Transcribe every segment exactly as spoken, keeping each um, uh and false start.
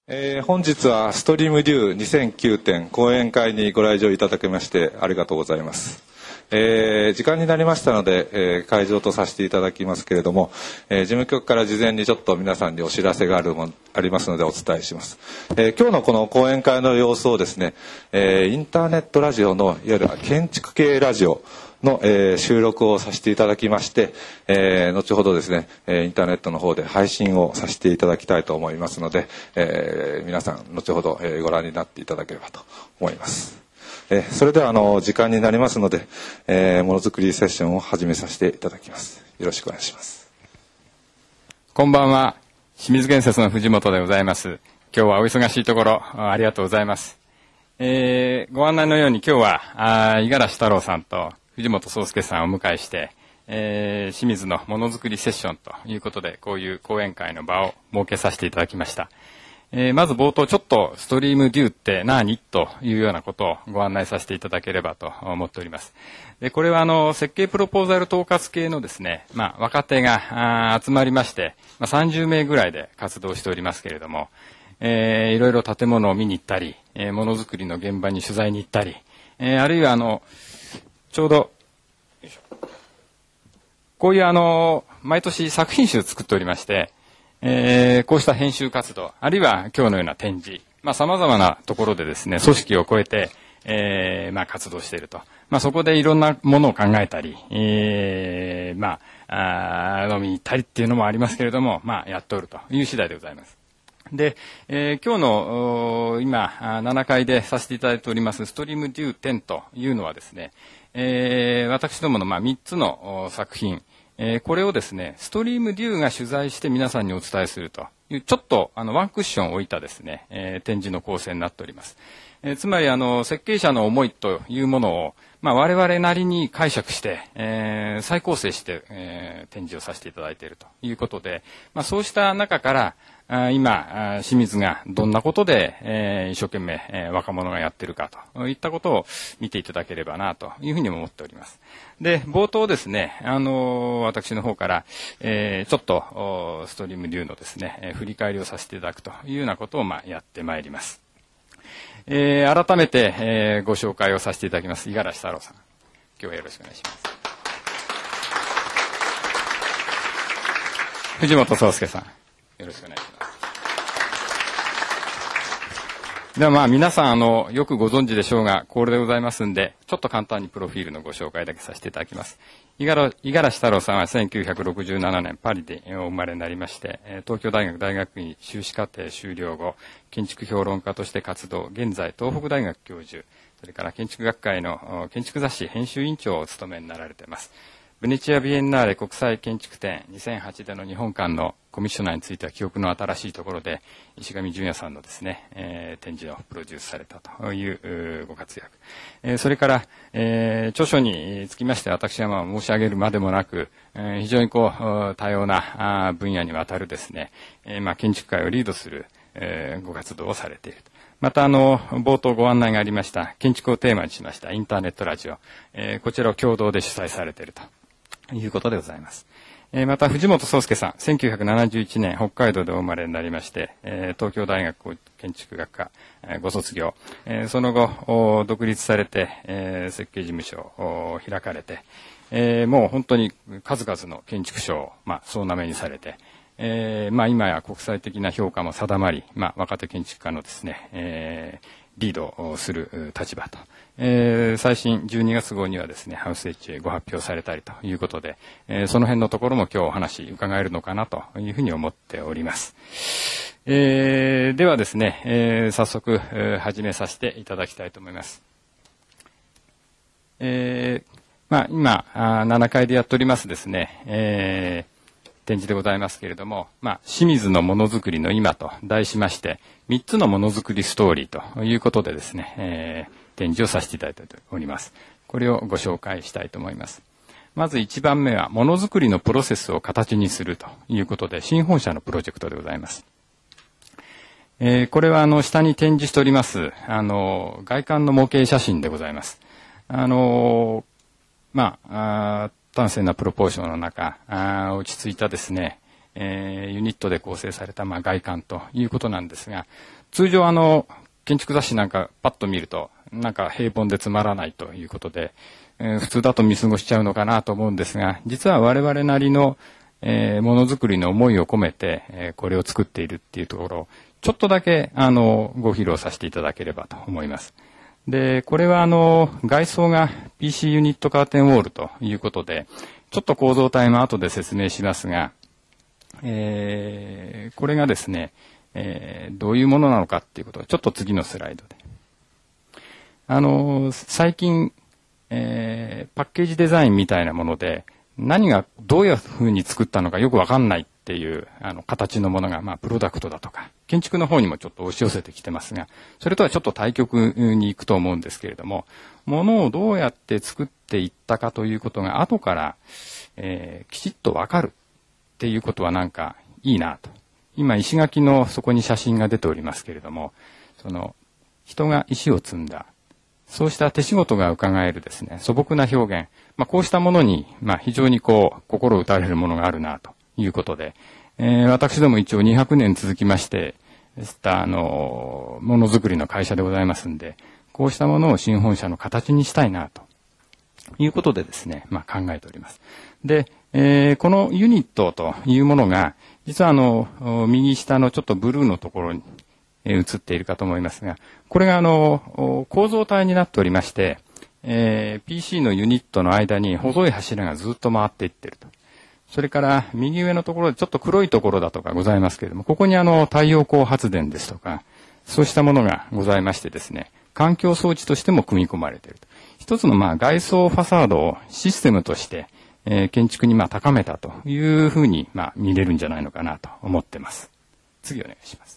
えー、本日はストリームデューにせんきゅう展講演会にご来場いただきましてありがとうございます。えー、時間になりましたので、えー、会場とさせていただきますけれども、えー、事務局から事前にちょっと皆さんにお知らせがあるもありますのでお伝えします。えー、今日のこの講演会の様子をですね、えー、インターネットラジオのいわゆる建築系ラジオの、えー、収録をさせていただきまして、えー、後ほどですね、えー、インターネットの方で配信をさせていただきたいと思いますので、えー、皆さん後ほど、えー、ご覧になっていただければと思います。えー、それではあの時間になりますので、えー、ものづくりセッションを始めさせていただきます。よろしくお願いします。 こんばんは、清水建設の藤本でございます。今日はお忙しいところありがとうございます。えー、ご案内のように今日は五十嵐太郎さんと藤本壮介さんをお迎えして、えー、清水のものづくりセッションということでこういう講演会の場を設けさせていただきました。えー、まず冒頭ちょっとストリームデューって何というようなことをご案内させていただければと思っております。でこれはあの設計プロポーザル統括系のですね、まあ、若手が集まりまして、まあ、さんじゅうめいぐらいで活動しておりますけれども、えー、いろいろ建物を見に行ったり、えー、ものづくりの現場に取材に行ったり、えー、あるいはあのちょうどこういうあの毎年作品集を作っておりまして、えー、こうした編集活動あるいは今日のような展示、まあ、様々なところでですね組織を超えて、えーまあ、活動していると、まあ、そこでいろんなものを考えたり、えーまあ、あ飲みに行ったりっていうのもありますけれども、まあ、やっておるという次第でございます。で、えー、今日の今ななかいでさせていただいておりますストリームデューテンというのはですね、えー、私どものまあみっつの作品、えー、これをですねストリームデューが取材して皆さんにお伝えするというちょっとあのワンクッションを置いたですね、えー、展示の構成になっております。えー、つまりあの設計者の思いというものを、まあ、我々なりに解釈して、えー、再構成して、えー、展示をさせていただいているということで、まあ、そうした中から今清水がどんなことで、えー、一生懸命、えー、若者がやってるかといったことを見ていただければなというふうに思っております。で冒頭ですね、あのー、私の方から、えー、ちょっとストリームデューのですね、えー、振り返りをさせていただくというようなことを、まあ、やってまいります。えー、改めて、えー、ご紹介をさせていただきます。五十嵐太郎さん、今日はよろしくお願いします。藤本壮介さん、よろしくお願いします。ではまあ皆さんあのよくご存知でしょうがこれでございますんで、ちょっと簡単にプロフィールのご紹介だけさせていただきます。五十嵐太郎さんはせんきゅうひゃくろくじゅうななねんパリでお生まれになりまして、東京大学大学院修士課程修了後、建築評論家として活動、現在東北大学教授、それから建築学会の建築雑誌編集委員長をお務めになられています。ベネチア・ビエンナーレ国際建築展にせんはちでの日本館のコミッショナーについては記憶の新しいところで石上淳也さんのですね、えー、展示をプロデュースされたというご活躍、えー、それから、えー、著書につきまして私はまあ申し上げるまでもなく、えー、非常にこう多様な分野にわたるですね、えー、まあ建築界をリードする、えー、ご活動をされている。またあの冒頭ご案内がありました建築をテーマにしましたインターネットラジオ、えー、こちらを共同で主催されているということでございます。えー、また藤本壮介さん、せんきゅうひゃくななじゅういちねん北海道でお生まれになりまして、えー、東京大学建築学科、えー、ご卒業、えー、その後独立されて、えー、設計事務所を開かれて、えー、もう本当に数々の建築賞を、まあ、総なめにされて、えーまあ、今や国際的な評価も定まり、まあ、若手建築家のですね、えー、リードをする立場と、えー、最新じゅうにがつ号にはですねハウスエッジへご発表されたりということで、えー、その辺のところも今日お話伺えるのかなというふうに思っております。えー、ではですね、えー、早速、えー、始めさせていただきたいと思います。えーまあ、今あななかいでやっておりますですね、えー展示でございますけれども、まあ、清水のものづくりの今と題しましてみっつのものづくりストーリーということでですね、えー、展示をさせていただいております。これをご紹介したいと思います。まずいちばんめはものづくりのプロセスを形にするということで新本社のプロジェクトでございます。えー、これはあの下に展示しておりますあの外観の模型写真でございます。あのまああ端正なプロポーションの中、あ落ち着いたですね、 えー、ユニットで構成された、まあ、外観ということなんですが、通常あの、建築雑誌なんかパッと見ると、なんか平凡でつまらないということで、えー、普通だと見過ごしちゃうのかなと思うんですが、実は我々なりの、えー、ものづくりの思いを込めて、えー、これを作っているっていうところを、ちょっとだけ、あの、ご披露させていただければと思います。で、これはあの、外装が ピーシー ユニットカーテンウォールということで、ちょっと構造体も後で説明しますが、えー、これがですね、えー、どういうものなのかっていうことをちょっと次のスライドで。あの、最近、えー、パッケージデザインみたいなもので、何がどういうふうに作ったのかよくわかんないっていうあの形のものが、まあ、プロダクトだとか、建築の方にもちょっと押し寄せてきてますが、それとはちょっと対極に行くと思うんですけれども、ものをどうやって作っていったかということが後から、えー、きちっとわかるっていうことはなんかいいなと。今石垣のそこに写真が出ておりますけれども、その人が石を積んだ、そうした手仕事が伺えるですね、素朴な表現、まあ、こうしたものに、まあ、非常にこう心打たれるものがあるなということで、えー、私ども一応にひゃくねん続きましてしたあのものづくりの会社でございますんで、こうしたものを新本社の形にしたいなということでですね、まあ、考えております。で、えー、このユニットというものが実はあの右下のちょっとブルーのところに映っているかと思いますが、これがあの構造体になっておりまして、えー、ピーシー のユニットの間に細い柱がずっと回っていっていると。それから右上のところでちょっと黒いところだとかございますけれども、ここにあの太陽光発電ですとか、そうしたものがございましてですね、環境装置としても組み込まれていると。一つのまあ外装ファサードをシステムとして、えー、建築にまあ高めたというふうにまあ見れるんじゃないのかなと思っています。次お願いします。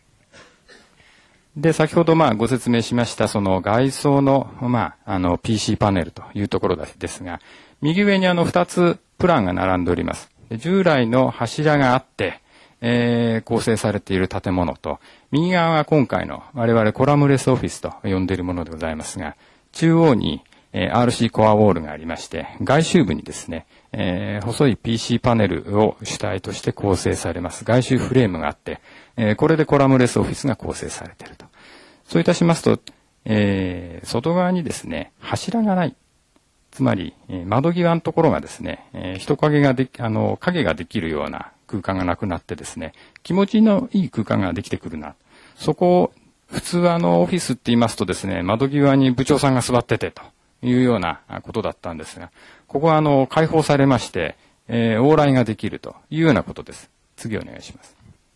で、先ほどまあご説明しましたその外装のまああの ピーシー パネルというところですが、右上にあのふたつプランが並んでおります。従来の柱があって、えー、構成されている建物と、右側が今回の我々コラムレスオフィスと呼んでいるものでございますが、中央に、えー、アールシー コアウォールがありまして、外周部にですね、えー、細い ピーシー パネルを主体として構成されます外周フレームがあって、えー、これでコラムレスオフィスが構成されていると。そういたしますと、えー、外側にですね、柱がない。つまり、えー、窓際のところがですね、えー、人影ができ、あの、影ができるような空間がなくなってですね、気持ちのいい空間ができてくるな。そこを、普通あの、オフィスって言いますとですね、窓際に部長さんが座っててというようなことだったんですが、ここはあの、開放されまして、えー、往来ができるというようなことです。次お願いします。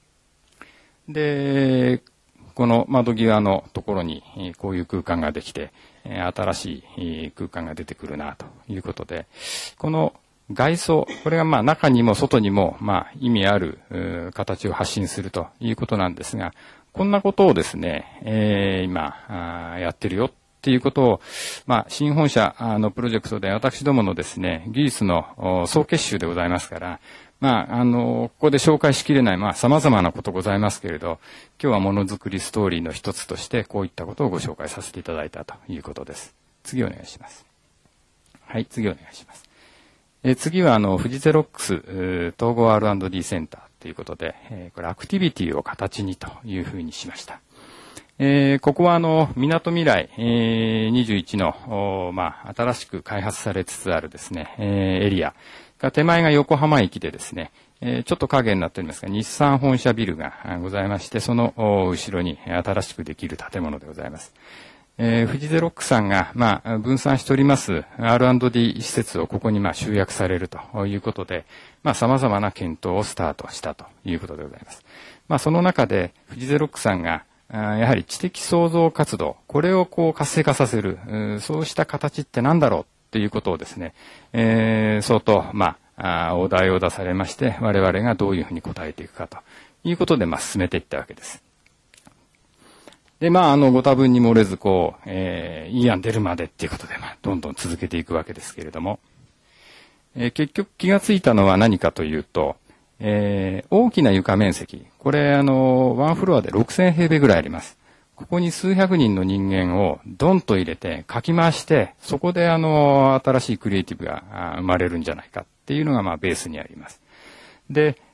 で、この窓際のところにこういう空間ができて、新しい空間が出てくるなということで、この外装、これがまあ中にも外にもまあ意味ある形を発信するということなんですが、こんなことをですね、えー、今やってるよっていうことを、まあ新本社のプロジェクトで私どものですね、技術の総結集でございますから、まあ、あの、ここで紹介しきれない、まあ、様々なことございますけれど、今日はものづくりストーリーの一つとして、こういったことをご紹介させていただいたということです。次お願いします。はい、次お願いします。え次は、あの、富士ゼロックス統合 アールアンドディー センターということで、えこれ、アクティビティを形にというふうにしました。えー、ここは、あの、みなとみらい、えー、にじゅういちの、まあ、新しく開発されつつあるですね、えー、エリア。手前が横浜駅でですね、えー、ちょっと影になっておりますが、日産本社ビルがございまして、その後ろに新しくできる建物でございます。えー、富士ゼロックさんが、まあ、分散しております アールアンドディー 施設をここにまあ集約されるということで、まあ、様々な検討をスタートしたということでございます。まあ、その中で、富士ゼロックさんが、やはり知的創造活動、これをこう活性化させる、そうした形って何だろうということをですね、えー、相当、まあ、お題を出されまして、我々がどういうふうに答えていくかということで、まあ、進めていったわけです。で、まあ、あの、ご多分に漏れず、こう、えー、いい案出るまでっていうことで、まあ、どんどん続けていくわけですけれども、えー、結局気がついたのは何かというと、えー、大きな床面積、これ、あの、ワンフロアでろくせん平米ぐらいあります。ここに数百人の人間をドンと入れてかき回して、そこであの、新しいクリエイティブが生まれるんじゃないかっていうのがまあベースにあります。で、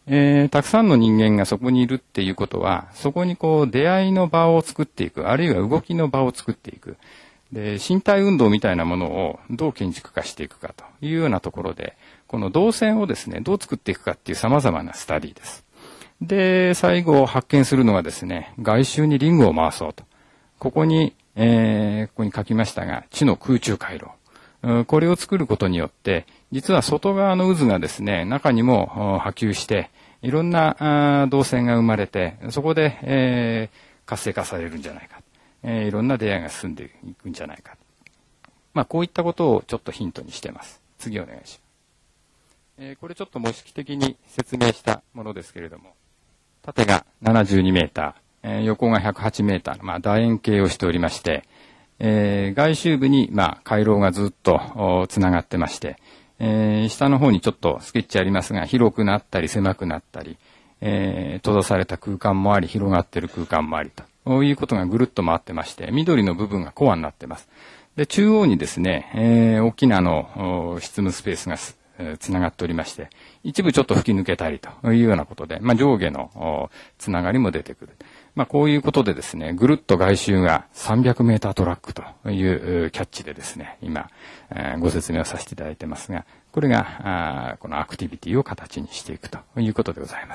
えー、たくさんの人間がそこにいるっていうことは、そこにこう出会いの場を作っていく、あるいは動きの場を作っていく。で、身体運動みたいなものをどう建築化していくかというようなところで、この動線をですね、どう作っていくかっていう様々なスタディです。で、最後発見するのはですね、外周にリングを回そうと。ここに、えー、ここに書きましたが、地の空中回廊。これを作ることによって、実は外側の渦がですね、中にも波及して、いろんな動線が生まれて、そこで、えー、活性化されるんじゃないか。えー、いろんな出会いが進んでいくんじゃないか。まあ、こういったことをちょっとヒントにしてます。次お願いします。えー、これちょっと模式的に説明したものですけれども、縦がななじゅうにメーター、えー、横がひゃくはちメーターの、まあ、楕円形をしておりまして、えー、外周部に、まあ、回廊がずっとつながってまして、えー、下の方にちょっとスケッチありますが、広くなったり狭くなったり、えー、閉ざされた空間もあり、広がっている空間もありと、そういうことがぐるっと回ってまして、緑の部分がコアになっています。で、中央にですね、えー、大きなあの、執務スペースがすつながっておりまして、一部ちょっと吹き抜けたりというようなことで、まあ、上下のつながりも出てくる。まあ、こういうことでですね、ぐるっと外周がさんびゃくメータートラックというキャッチでですね、今、えー、ご説明をさせていただいてますが、これが、このアクティビティを形にしていくということでございます。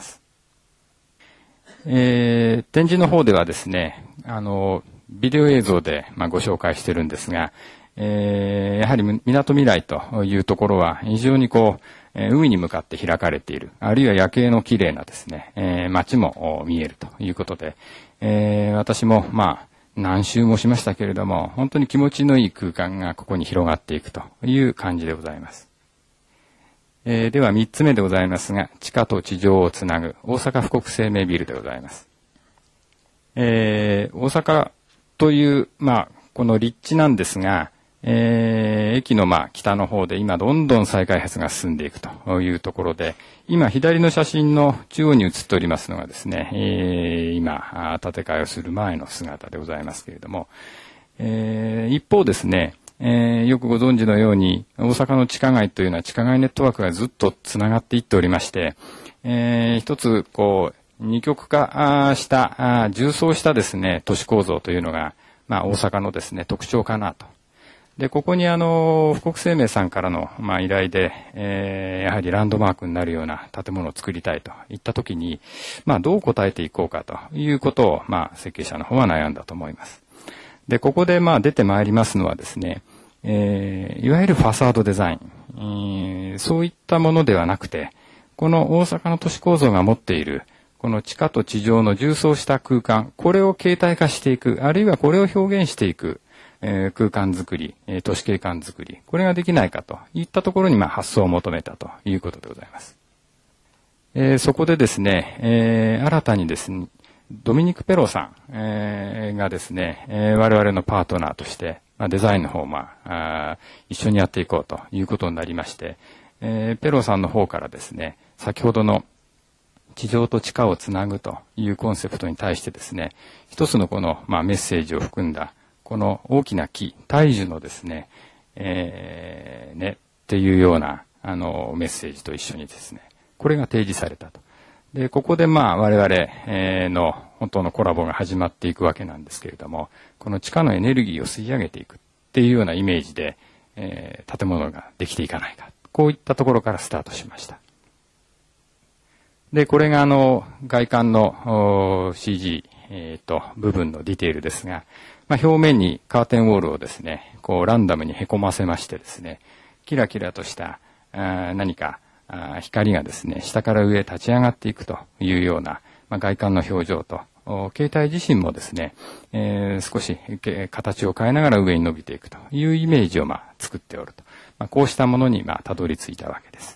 えー、展示の方ではですね、あの、ビデオ映像で、まあ、ご紹介してるんですが、えー、やはり港未来というところは非常にこう、えー、海に向かって開かれている、あるいは夜景の綺麗なですね、えー、街も見えるということで、えー、私もまあ何周もしましたけれども、本当に気持ちのいい空間がここに広がっていくという感じでございます。えー、では三つ目でございますが、地下と地上をつなぐ大阪富国生命ビルでございます。えー、大阪という、まあ、この立地なんですが、えー、駅のまあ北の方で今どんどん再開発が進んでいくというところで、今左の写真の中央に写っておりますのがですね、えー、今建て替えをする前の姿でございますけれども、えー、一方ですね、えー、よくご存知のように大阪の地下街というのは地下街ネットワークがずっとつながっていっておりまして、えー、一つこう二極化した重層したですね都市構造というのが、まあ、大阪のですね特徴かなと。で、ここにあの、富国生命さんからの、まあ、依頼で、えー、やはりランドマークになるような建物を作りたいといったときに、まあ、どう答えていこうかということを、まあ、設計者の方は悩んだと思います。で、ここでまあ、出てまいりますのはですね、えー、いわゆるファサードデザイン、えー、そういったものではなくて、この大阪の都市構造が持っている、この地下と地上の重層した空間、これを形態化していく、あるいはこれを表現していく、えー、空間づくり、えー、都市景観づくり、これができないかといったところに、まあ、発想を求めたということでございます。えー、そこでですね、えー、新たにですね、ドミニク・ペロさん、えー、がですね、えー、我々のパートナーとして、まあ、デザインの方を、まあ、あ一緒にやっていこうということになりまして、えー、ペロさんの方からですね、先ほどの地上と地下をつなぐというコンセプトに対してですね、一つのこの、まあ、メッセージを含んだこの大きな木、大樹のですね、えー、ね、っていうような、あの、メッセージと一緒にですね、これが提示されたと。で、ここでまあ、我々、えー、の本当のコラボが始まっていくわけなんですけれども、この地下のエネルギーを吸い上げていくっていうようなイメージで、えー、建物ができていかないか。こういったところからスタートしました。で、これがあの、外観の シージー、えー、と、部分のディテールですが、まあ、表面にカーテンウォールをですね、こうランダムに凹ませましてですね、キラキラとしたあ何かあ光がですね、下から上へ立ち上がっていくというような、まあ、外観の表情と、形態自身もですね、えー、少し形を変えながら上に伸びていくというイメージをまあ作っておると。まあ、こうしたものにまあたどり着いたわけです。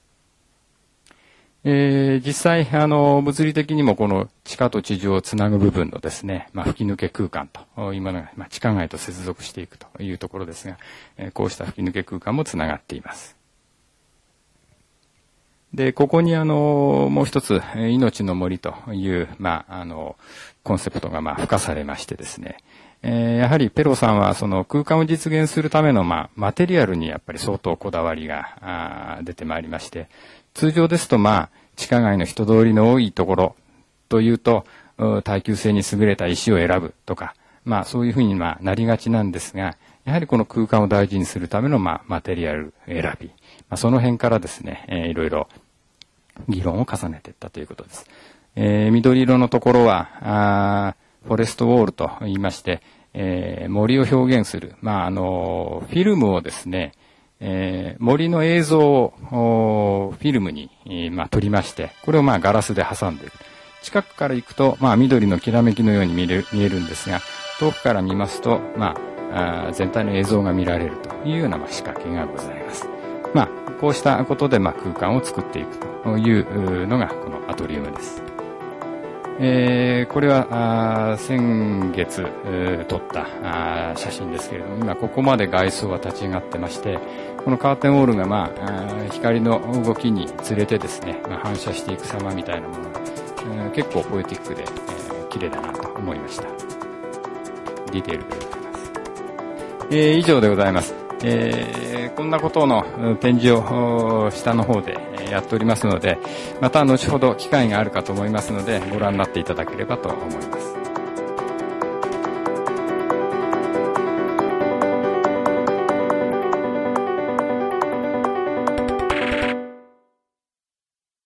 えー、実際、あの、物理的にもこの地下と地上をつなぐ部分のですね、まあ、吹き抜け空間というものが、まあ、地下街と接続していくというところですが、えー、こうした吹き抜け空間もつながっています。で、ここにあの、もう一つ、命の森という、まあ、あの、コンセプトがまあ、付加されましてですね、えー、やはりペロさんはその空間を実現するためのまあ、マテリアルにやっぱり相当こだわりが出てまいりまして、通常ですとまあ、 地下街の人通りの多いところというと、耐久性に優れた石を選ぶとか、まあそういうふうにまあなりがちなんですが、やはりこの空間を大事にするためのまあマテリアル選び、まあ、その辺からですね、えー、いろいろ議論を重ねていったということです。えー、緑色のところはあフォレストウォールと言いまして、えー、森を表現する、まああのフィルムをですね、えー、森の映像をフィルムに、まあ、撮りまして、これをまあガラスで挟んでいく。近くから行くと、まあ、緑のきらめきのように見れる、見えるんですが、遠くから見ますと、まあ、あ全体の映像が見られるというような、まあ、仕掛けがございます。まあ、こうしたことで、まあ、空間を作っていくというのがこのアトリウムです。えー、これはあ先月撮ったあ写真ですけれども、今ここまで外装は立ち上がってまして、このカーテンウォールが、まあ、光の動きにつれてですね、まあ、反射していく様みたいなものが、えー、結構ポエティックで、えー、綺麗だなと思いました。ディテールでございます。えー、以上でございます。えー、こんなことの展示を下の方でやっておりますので、また後ほど機会があるかと思いますので、ご覧になっていただければと思います。